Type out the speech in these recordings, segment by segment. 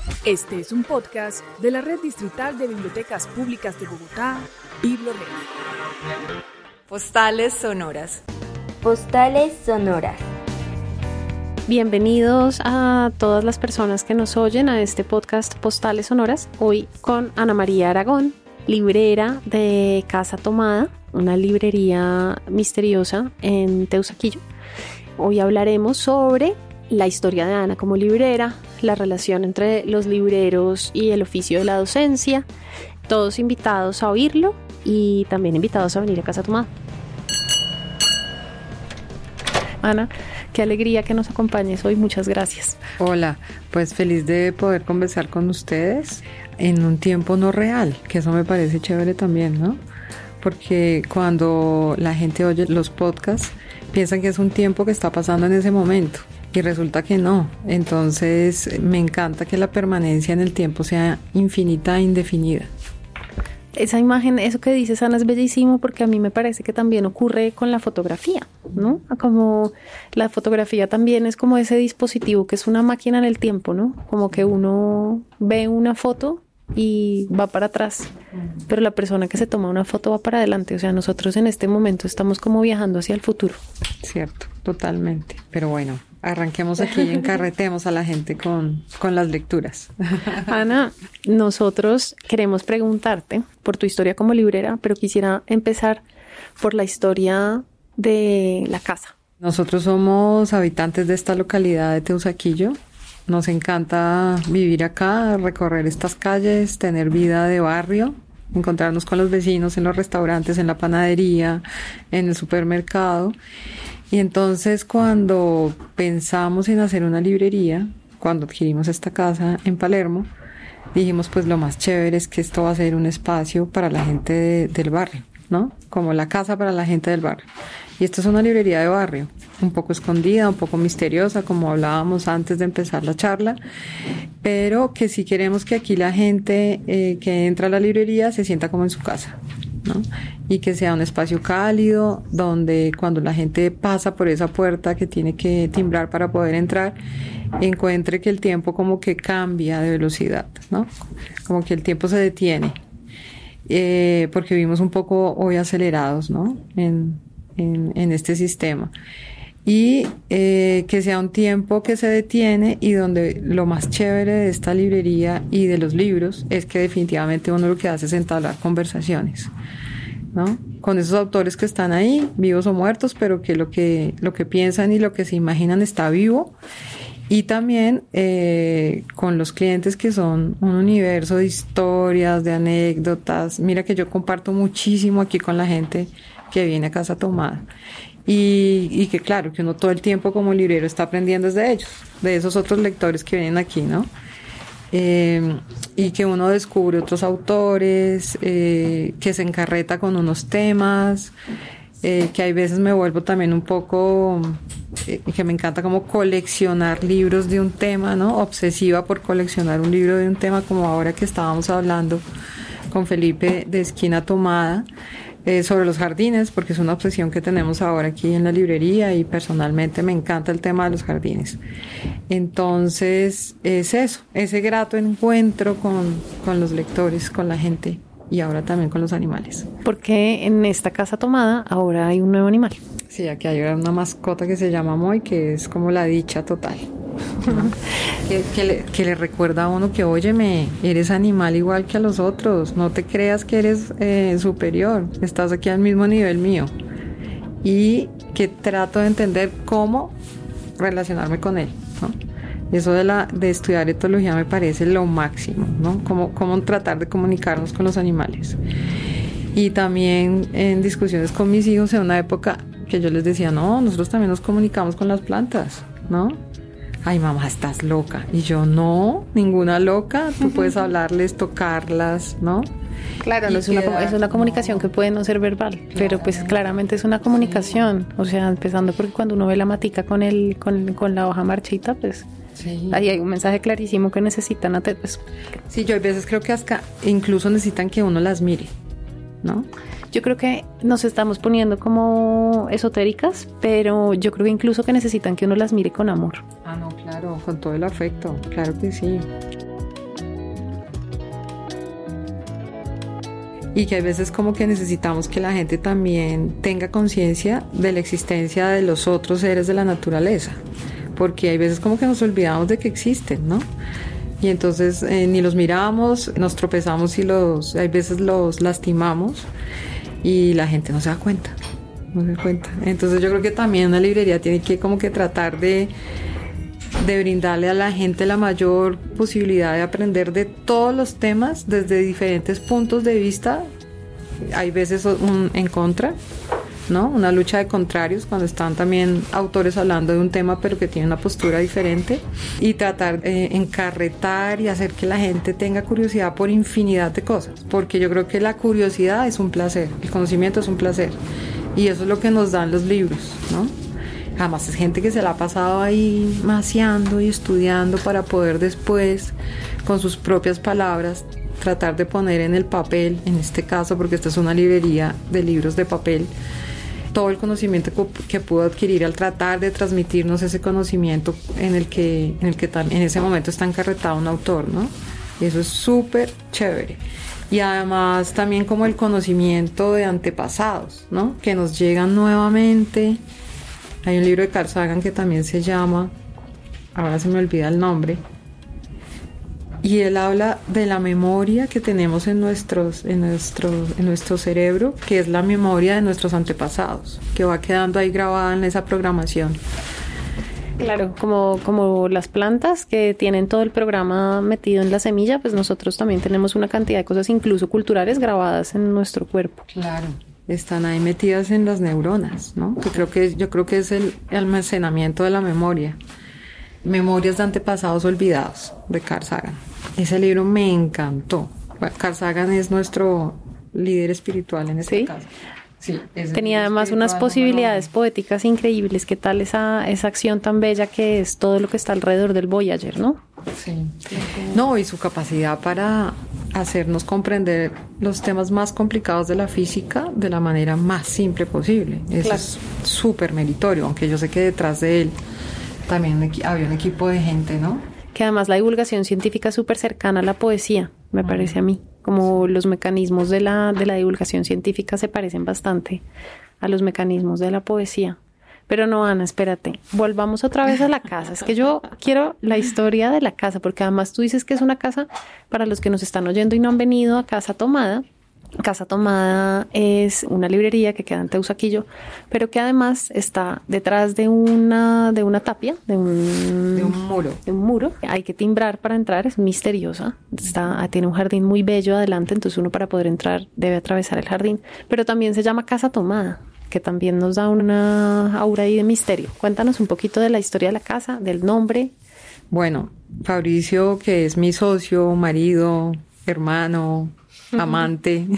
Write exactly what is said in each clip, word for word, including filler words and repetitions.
Este es un podcast de la Red Distrital de Bibliotecas Públicas de Bogotá, BibloRed. Postales sonoras. Postales sonoras. Bienvenidos a todas las personas que nos oyen a este podcast Postales Sonoras. Hoy con Ana María Aragón, librera de Casa Tomada, una librería misteriosa en Teusaquillo. Hoy hablaremos sobre la historia de Ana como librera, la relación entre los libreros y el oficio de la docencia. Todos invitados a oírlo y también invitados a venir a Casa Tomada. Ana, qué alegría que nos acompañes hoy, muchas gracias. Hola, pues feliz de poder conversar con ustedes en un tiempo no real, que eso me parece chévere también, ¿no? Porque cuando la gente oye los podcasts, piensan que es un tiempo que está pasando en ese momento y resulta que no. Entonces me encanta que la permanencia en el tiempo sea infinita e indefinida. Esa imagen, eso que dices, Ana, es bellísimo porque a mí me parece que también ocurre con la fotografía, ¿no? Como la fotografía también es como ese dispositivo que es una máquina en el tiempo, ¿no? Como que uno ve una foto y va para atrás, pero la persona que se toma una foto va para adelante. O sea, nosotros en este momento estamos como viajando hacia el futuro. Cierto, totalmente. Pero bueno, arranquemos aquí y encarretemos a la gente con, con las lecturas. Ana, nosotros queremos preguntarte por tu historia como librera, pero quisiera empezar por la historia de la casa. Nosotros somos habitantes de esta localidad de Teusaquillo. Nos encanta vivir acá, recorrer estas calles, tener vida de barrio, encontrarnos con los vecinos en los restaurantes, en la panadería, en el supermercado. Y entonces cuando pensamos en hacer una librería, cuando adquirimos esta casa en Palermo, dijimos pues lo más chévere es que esto va a ser un espacio para la gente de, del barrio, ¿no? Como la casa para la gente del barrio. Y esto es una librería de barrio, un poco escondida, un poco misteriosa, como hablábamos antes de empezar la charla, pero que sí queremos que aquí la gente eh, que entra a la librería se sienta como en su casa, ¿no? Y que sea un espacio cálido, donde cuando la gente pasa por esa puerta que tiene que timbrar para poder entrar, encuentre que el tiempo como que cambia de velocidad, ¿no? Como que el tiempo se detiene, eh, porque vivimos un poco hoy acelerados, ¿no? En, en, en este sistema. Y eh, que sea un tiempo que se detiene y donde lo más chévere de esta librería y de los libros es que definitivamente uno lo que hace es entablar conversaciones, ¿no? Con esos autores que están ahí, vivos o muertos, pero que lo que, lo que piensan y lo que se imaginan está vivo. Y también eh, con los clientes que son un universo de historias, de anécdotas. Mira que yo comparto muchísimo aquí con la gente que viene a Casa Tomada. Y, y que claro, que uno todo el tiempo como librero está aprendiendo desde ellos, de esos otros lectores que vienen aquí, ¿no? Eh, y que uno descubre otros autores, eh, que se encarreta con unos temas, eh, que hay veces me vuelvo también un poco, eh, que me encanta como coleccionar libros de un tema, ¿no? Obsesiva por coleccionar un libro de un tema, como ahora que estábamos hablando con Felipe de Esquina Tomada, Eh, sobre los jardines, porque es una obsesión que tenemos ahora aquí en la librería y personalmente me encanta el tema de los jardines. Entonces es eso, ese grato encuentro con, con los lectores, con la gente y ahora también con los animales. Porque en esta Casa Tomada ahora hay un nuevo animal. Sí, aquí hay una mascota que se llama Moy, que es como la dicha total. ¿No? que, que, le, que le recuerda a uno que, óyeme, eres animal igual que a los otros, no te creas que eres eh, superior, estás aquí al mismo nivel mío. Y que trato de entender cómo relacionarme con él, ¿no? Eso de, la, de estudiar etología me parece lo máximo, ¿no? Cómo, cómo tratar de comunicarnos con los animales. Y también en discusiones con mis hijos en una época que yo les decía, no, nosotros también nos comunicamos con las plantas, ¿no? Ay, mamá, estás loca. Y yo, no, ninguna loca. Tú puedes hablarles, tocarlas, ¿no? Claro, no es, una, es una comunicación no. que puede no ser verbal, claro, pero pues claramente es una comunicación. Sí. O sea, empezando porque cuando uno ve la matica con el con, con la hoja marchita, pues sí. Ahí hay un mensaje clarísimo que necesitan. Pues. Sí, yo a veces creo que hasta incluso necesitan que uno las mire, ¿no? Yo creo que nos estamos poniendo como esotéricas, pero yo creo que incluso que necesitan que uno las mire con amor. Ah, no, claro, con todo el afecto, claro que sí. y que hay veces como que necesitamos que la gente también tenga conciencia de la existencia de los otros seres de la naturaleza, porque hay veces como que nos olvidamos de que existen, ¿no? Y entonces eh, ni los miramos, nos tropezamos y los, hay veces los lastimamos y la gente no se da cuenta, no se da cuenta. Entonces yo creo que también una librería tiene que como que tratar de, de brindarle a la gente la mayor posibilidad de aprender de todos los temas desde diferentes puntos de vista. Hay veces un, en contra, ¿no? Una lucha de contrarios cuando están también autores hablando de un tema pero que tienen una postura diferente, y tratar de encarretar y hacer que la gente tenga curiosidad por infinidad de cosas, porque yo creo que la curiosidad es un placer, el conocimiento es un placer, y eso es lo que nos dan los libros, ¿no? Además es gente que se la ha pasado ahí maciando y estudiando para poder después, con sus propias palabras, tratar de poner en el papel, en este caso, porque esta es una librería de libros de papel, todo el conocimiento que pudo adquirir al tratar de transmitirnos ese conocimiento en el que en el que en ese momento está encarretado un autor, ¿no? Y eso es súper chévere. Y además también como el conocimiento de antepasados, ¿no? Que nos llegan nuevamente. Hay un libro de Carl Sagan que también se llama, ahora se me olvida el nombre, y él habla de la memoria que tenemos en, nuestros, en, nuestro, en nuestro cerebro, que es la memoria de nuestros antepasados, que va quedando ahí grabada en esa programación. Claro, como, como las plantas que tienen todo el programa metido en la semilla, pues nosotros también tenemos una cantidad de cosas, incluso culturales, grabadas en nuestro cuerpo. Claro, están ahí metidas en las neuronas, ¿no? Que creo que, yo creo que es el almacenamiento de la memoria. Memorias de antepasados olvidados, de Carl Sagan. Ese libro me encantó. Carl Sagan es nuestro líder espiritual en este ¿Sí? caso. Sí, tenía además unas posibilidades poéticas increíbles. ¿Qué tal esa, esa acción tan bella que es todo lo que está alrededor del Voyager, ¿no? Sí. No, y su capacidad para hacernos comprender los temas más complicados de la física de la manera más simple posible. Eso claro. Es súper meritorio, aunque yo sé que detrás de él también había un equipo de gente, ¿no? Que además la divulgación científica es súper cercana a la poesía, me uh-huh. parece a mí. Como los mecanismos de la, de la divulgación científica se parecen bastante a los mecanismos de la poesía. Pero no, Ana, espérate, volvamos otra vez a la casa. Es que yo quiero la historia de la casa, porque además tú dices que es una casa, para los que nos están oyendo y no han venido a Casa Tomada. Casa Tomada es una librería que queda en Teusaquillo, pero que además está detrás de una de una tapia, de un, de un muro. De un muro. Hay que timbrar para entrar, es misteriosa. Está, tiene un jardín muy bello adelante, entonces uno para poder entrar debe atravesar el jardín. Pero también se llama Casa Tomada, que también nos da una aura ahí de misterio. Cuéntanos un poquito de la historia de la casa, del nombre. Bueno, Fabricio, que es mi socio, marido, hermano, amante,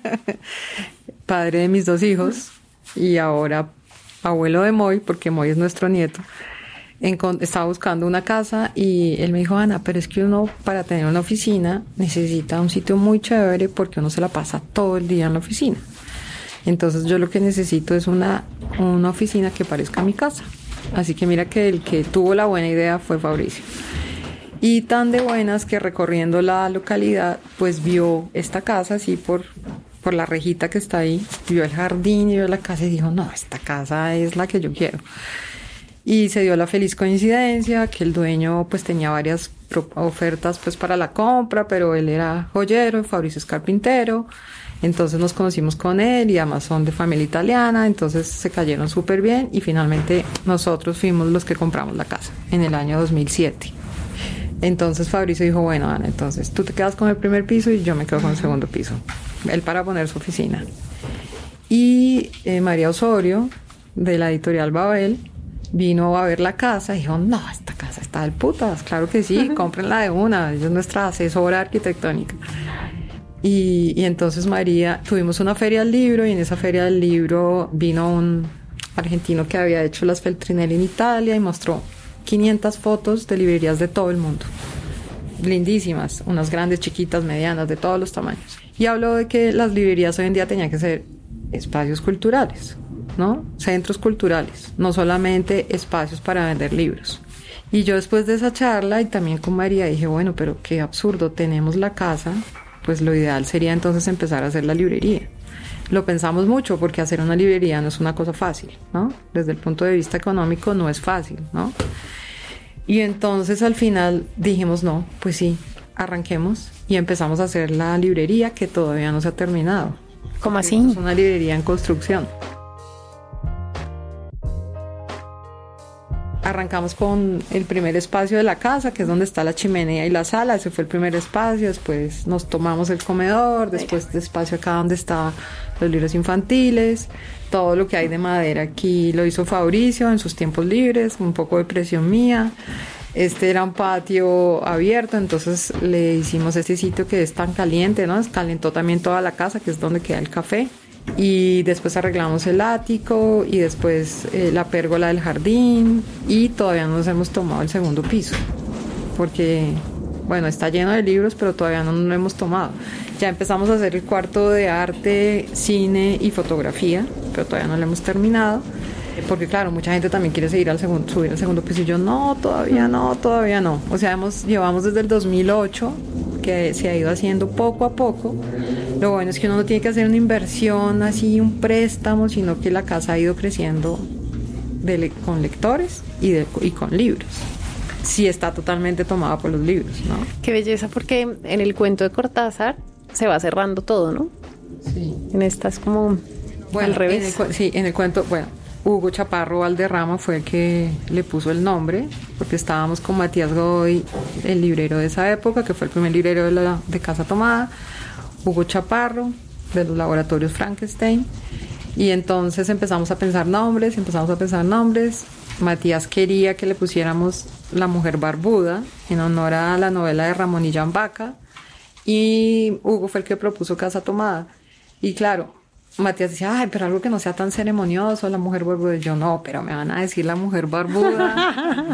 padre de mis dos hijos y ahora abuelo de Moy, porque Moy es nuestro nieto, encont- estaba buscando una casa y él me dijo, Ana, pero es que uno para tener una oficina necesita un sitio muy chévere porque uno se la pasa todo el día en la oficina. Entonces yo lo que necesito es una, una oficina que parezca mi casa. Así que mira que el que tuvo la buena idea fue Fabricio. Y tan de buenas que recorriendo la localidad, pues vio esta casa así por, por la rejita que está ahí, vio el jardín y vio la casa y dijo, no, esta casa es la que yo quiero. Y se dio la feliz coincidencia que el dueño pues tenía varias pro- ofertas pues para la compra, pero él era joyero, Fabricio es carpintero. Entonces nos conocimos con él y además son de familia italiana, entonces se cayeron súper bien y finalmente nosotros fuimos los que compramos la casa en el año dos mil siete. Entonces Fabricio dijo, bueno, Ana, entonces tú te quedas con el primer piso y yo me quedo con el segundo piso. Él para poner su oficina. Y eh, María Osorio, de la editorial Babel, vino a ver la casa y dijo, no, esta casa está del putas, claro que sí, cómprenla de una, ella es nuestra asesora arquitectónica. Y, y entonces María, tuvimos una feria del libro y en esa feria del libro vino un argentino que había hecho las Feltrinelli en Italia y mostró quinientas fotos de librerías de todo el mundo, lindísimas, unas grandes, chiquitas, medianas, de todos los tamaños, y habló de que las librerías hoy en día tenían que ser espacios culturales, ¿no? Centros culturales, no solamente espacios para vender libros. Y yo después de esa charla y también con María dije, bueno, pero qué absurdo, tenemos la casa pues lo ideal sería entonces empezar a hacer la librería. Lo pensamos mucho porque hacer una librería no es una cosa fácil, ¿no? Desde el punto de vista económico no es fácil, ¿no? Y entonces al final dijimos, no, pues sí, arranquemos y empezamos a hacer la librería que todavía no se ha terminado. ¿Cómo así? Es una librería en construcción. Arrancamos con el primer espacio de la casa, que es donde está la chimenea y la sala. Ese fue el primer espacio. Después nos tomamos el comedor. Después este espacio acá donde está los libros infantiles. Todo lo que hay de madera aquí lo hizo Fabricio en sus tiempos libres. Un poco de presión mía. Este era un patio abierto, entonces le hicimos este sitio que es tan caliente, ¿no? Calentó también toda la casa, que es donde queda el café. Y después arreglamos el ático y después eh, la pérgola del jardín, y todavía no nos hemos tomado el segundo piso porque, bueno, está lleno de libros, pero todavía no nos lo hemos tomado. Ya empezamos a hacer el cuarto de arte, cine y fotografía, pero todavía no lo hemos terminado porque, claro, mucha gente también quiere seguir al segundo, subir al segundo piso y yo, no, todavía no, todavía no. O sea, hemos, llevamos desde el dos mil ocho que se ha ido haciendo poco a poco. Lo bueno es que uno no tiene que hacer una inversión así, un préstamo, sino que la casa ha ido creciendo de le- con lectores y, de, y con libros. Sí está totalmente tomada por los libros, ¿no? Qué belleza, porque en el cuento de Cortázar se va cerrando todo, ¿no? Sí. En esta es como Bueno, al revés. En el, sí, en el cuento, bueno, Hugo Chaparro Valderrama fue el que le puso el nombre, porque estábamos con Matías Godoy, el librero de esa época, que fue el primer librero de, la, de Casa Tomada, Hugo Chaparro, de los laboratorios Frankenstein, y entonces empezamos a pensar nombres, empezamos a pensar nombres. Matías quería que le pusiéramos La Mujer Barbuda, en honor a la novela de Ramón y Jan Vaca, y Hugo fue el que propuso Casa Tomada. Y claro, Matías decía, ay, pero algo que no sea tan ceremonioso, La Mujer Barbuda. Y yo, no, pero me van a decir La Mujer Barbuda.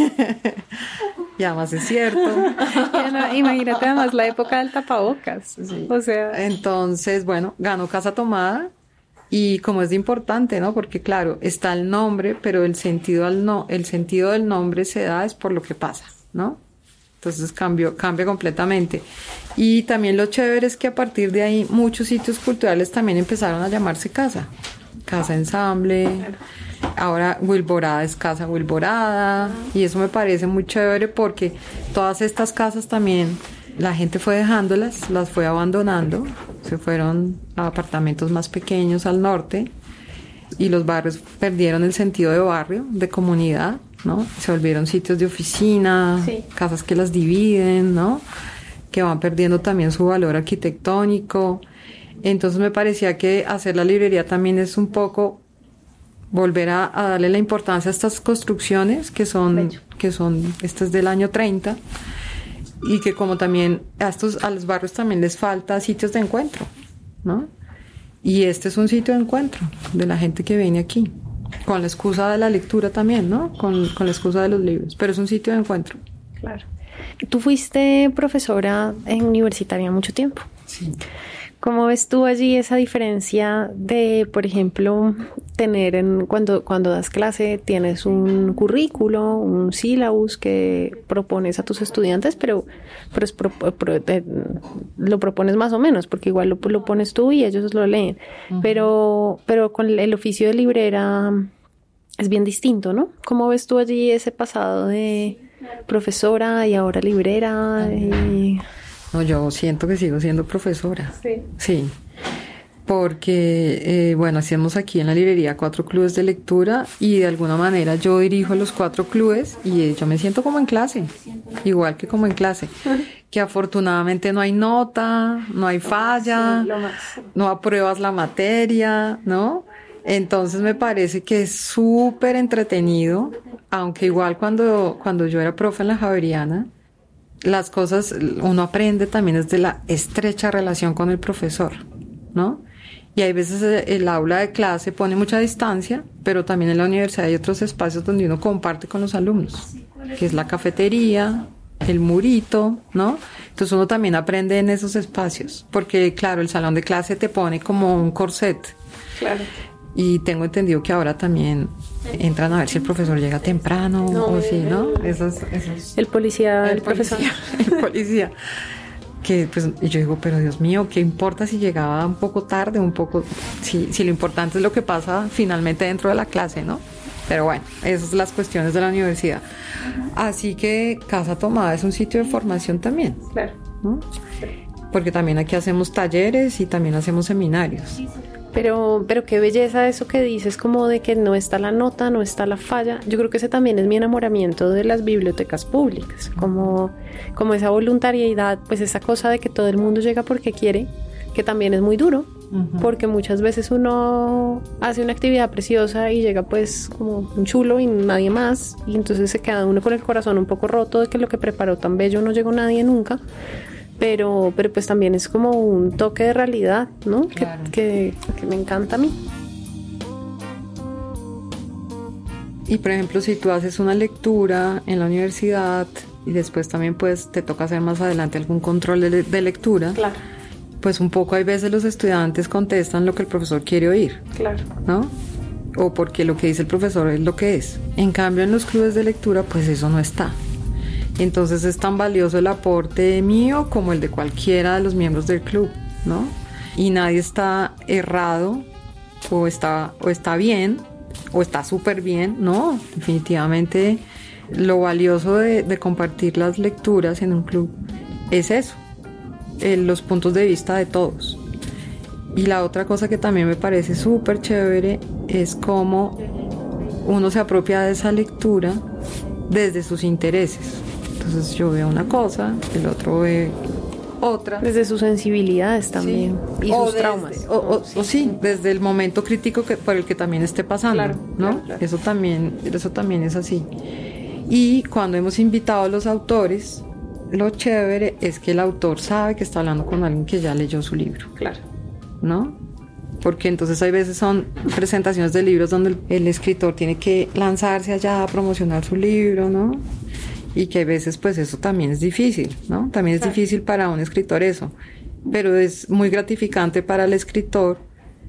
Y además es cierto. No, imagínate además la época del tapabocas. Sí. O sea, entonces, bueno, ganó Casa Tomada. Y como es de importante, ¿no? Porque claro, está el nombre, pero el sentido al no, el sentido del nombre se da es por lo que pasa, ¿no? Entonces cambió, cambia completamente. Y también lo chévere es que a partir de ahí muchos sitios culturales también empezaron a llamarse casa. Casa Ensamble, ahora Wilborada es Casa Wilborada, y eso me parece muy chévere porque todas estas casas también la gente fue dejándolas, las fue abandonando, se fueron a apartamentos más pequeños al norte y los barrios perdieron el sentido de barrio, de comunidad, ¿no? Se volvieron sitios de oficina, sí. Casas que las dividen, ¿no? Que van perdiendo también su valor arquitectónico. Entonces me parecía que hacer la librería también es un poco volver a, a darle la importancia a estas construcciones que son, que son, estas del año treinta, y que como también a, estos, a los barrios también les falta sitios de encuentro, ¿no? Y este es un sitio de encuentro de la gente que viene aquí, con la excusa de la lectura también, ¿no? Con, con la excusa de los libros, pero es un sitio de encuentro. claro. Tú fuiste profesora en universitaria mucho tiempo. Sí. ¿Cómo ves tú allí esa diferencia de, por ejemplo, tener en cuando cuando das clase tienes un currículo, un sílabus que propones a tus estudiantes, pero, pero es pro, pro, te, lo propones más o menos, porque igual lo, lo pones tú y ellos lo leen, uh-huh. pero, pero con el oficio de librera es bien distinto, ¿no? ¿Cómo ves tú allí ese pasado de profesora y ahora librera? Y... No, yo siento que sigo siendo profesora. Sí. Sí. Porque, eh, bueno, hacemos aquí en la librería cuatro clubes de lectura y de alguna manera yo dirijo los cuatro clubes y yo me siento como en clase, igual que como en clase. Que afortunadamente no hay nota, no hay falla, sí, lo más. No apruebas la materia, ¿no? Entonces me parece que es súper entretenido, aunque igual cuando, cuando yo era profe en la Javeriana, las cosas, uno aprende también desde la estrecha relación con el profesor, ¿no? Y hay veces el aula de clase pone mucha distancia, pero también en la universidad hay otros espacios donde uno comparte con los alumnos, que es la cafetería, el murito, ¿no? Entonces uno también aprende en esos espacios, porque claro, el salón de clase te pone como un corset. Claro. Y tengo entendido que ahora también entran a ver si el profesor llega temprano no, o si, ¿no? Esos, esos, el policía, el, el profesor. Policía, el policía. que pues, y yo digo, pero Dios mío, ¿qué importa si llegaba un poco tarde, un poco, si, si lo importante es lo que pasa finalmente dentro de la clase, ¿no? Pero bueno, esas son las cuestiones de la universidad. Así que Casa Tomada es un sitio de formación también. Claro. ¿No? Porque también aquí hacemos talleres y también hacemos seminarios. Pero, pero qué belleza eso que dices, como de que no está la nota, no está la falla. Yo creo que ese también es mi enamoramiento de las bibliotecas públicas, como, como esa voluntariedad, pues esa cosa de que todo el mundo llega porque quiere, que también es muy duro, uh-huh. porque muchas veces uno hace una actividad preciosa y llega pues como un chulo y nadie más, y entonces se queda uno con el corazón un poco roto de que lo que preparó tan bello no llegó nadie nunca. Pero, pero pues también es como un toque de realidad, ¿no? Claro. Que, que, que me encanta a mí. Y por ejemplo, si tú haces una lectura en la universidad y después también pues te toca hacer más adelante algún control de, de lectura, claro. pues un poco hay veces los estudiantes contestan lo que el profesor quiere oír, claro. ¿no? O porque lo que dice el profesor es lo que es. En cambio, en los clubes de lectura, pues eso no está. Entonces es tan valioso el aporte mío como el de cualquiera de los miembros del club, ¿no? Y nadie está errado o está, o está bien o está súper bien, no, definitivamente lo valioso de, de compartir las lecturas en un club es eso, eh, los puntos de vista de todos. Y la otra cosa que también me parece súper chévere es cómo uno se apropia de esa lectura desde sus intereses. Entonces yo veo una cosa, el otro ve otra. Desde sus sensibilidades también, sí. y o sus desde, traumas. O, o, sí. o sí, desde el momento crítico que, por el que también esté pasando, claro, ¿no? Claro, claro. Eso también, eso también es así. Y cuando hemos invitado a los autores, lo chévere es que el autor sabe que está hablando con alguien que ya leyó su libro. Claro. ¿No? Porque entonces hay veces son presentaciones de libros donde el, el escritor tiene que lanzarse allá a promocionar su libro, ¿no? Y que a veces pues eso también es difícil, ¿no? También es claro. difícil para un escritor eso, pero es muy gratificante para el escritor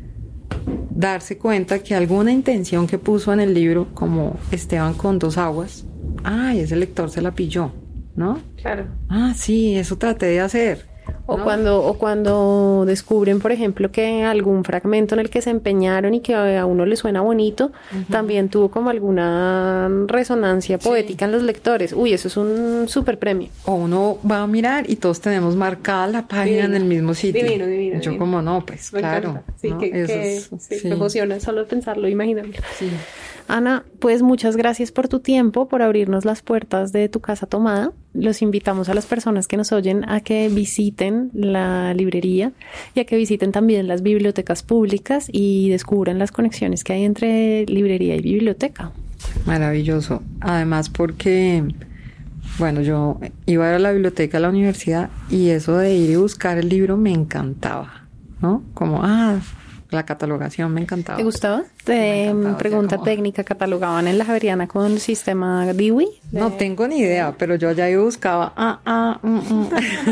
darse cuenta que alguna intención que puso en el libro, como Esteban con dos aguas, ay, ese lector se la pilló, ¿no? Claro. Ah, sí, eso traté de hacer. O, ¿no? cuando, o cuando descubren, por ejemplo, que algún fragmento en el que se empeñaron y que a uno le suena bonito, uh-huh. también tuvo como alguna resonancia poética sí. en los lectores. Uy, eso es un súper premio. O uno va a mirar y todos tenemos marcada la página divino. En el mismo sitio. Divino, divino. Yo divino. como no, pues me claro. Encanta. Sí, ¿no? que, eso que es, sí, sí. me emociona solo pensarlo, imaginarlo. Sí. Ana, pues muchas gracias por tu tiempo, por abrirnos las puertas de tu Casa Tomada. Los invitamos a las personas que nos oyen a que visiten la librería y a que visiten también las bibliotecas públicas y descubran las conexiones que hay entre librería y biblioteca. Maravilloso. Además porque, bueno, yo iba a ir a la biblioteca de la universidad y eso de ir y buscar el libro me encantaba, ¿no? Como, ah... la catalogación me encantaba. ¿Te gustaba? Te pregunta técnica, ¿catalogaban en la Javeriana con el sistema Dewey? De... No tengo ni idea, pero yo allá iba y buscaba. Ah, ah, mm, mm.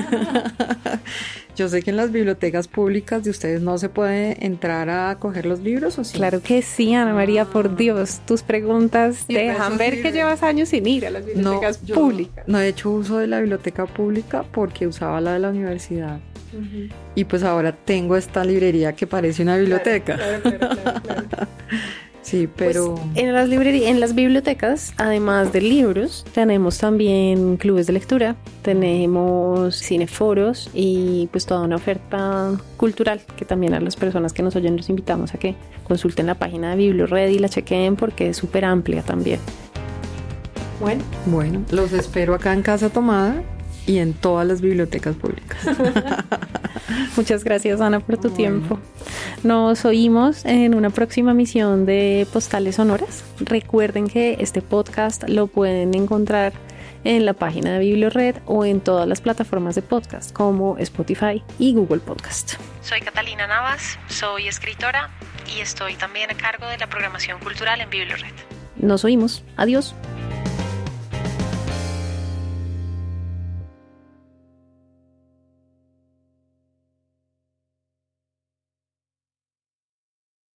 Yo sé que en las bibliotecas públicas de ustedes no se puede entrar a coger los libros, ¿o sí? Claro que sí, Ana María, por Dios. Tus preguntas te dejan ver que llevas años sin ir a las bibliotecas no, públicas. No he hecho uso de la biblioteca pública porque usaba la de la universidad. Uh-huh. Y pues ahora tengo esta librería que parece una biblioteca. Claro, claro, claro, claro, claro. Sí, pero... Pues en las librerías, en las bibliotecas, además de libros, tenemos también clubes de lectura, tenemos cineforos y pues toda una oferta cultural que también a las personas que nos oyen los invitamos a que consulten la página de BiblioRed y la chequen porque es súper amplia también. Bueno. Bueno, los espero acá en Casa Tomada y en todas las bibliotecas públicas. Muchas gracias, Ana, por tu bueno. tiempo. Nos oímos en una próxima emisión de Postales Sonoras. Recuerden que este podcast lo pueden encontrar en la página de BiblioRed o en todas las plataformas de podcast como Spotify y Google Podcast. Soy Catalina Navas, soy escritora y estoy también a cargo de la programación cultural en BiblioRed. Nos oímos. Adiós.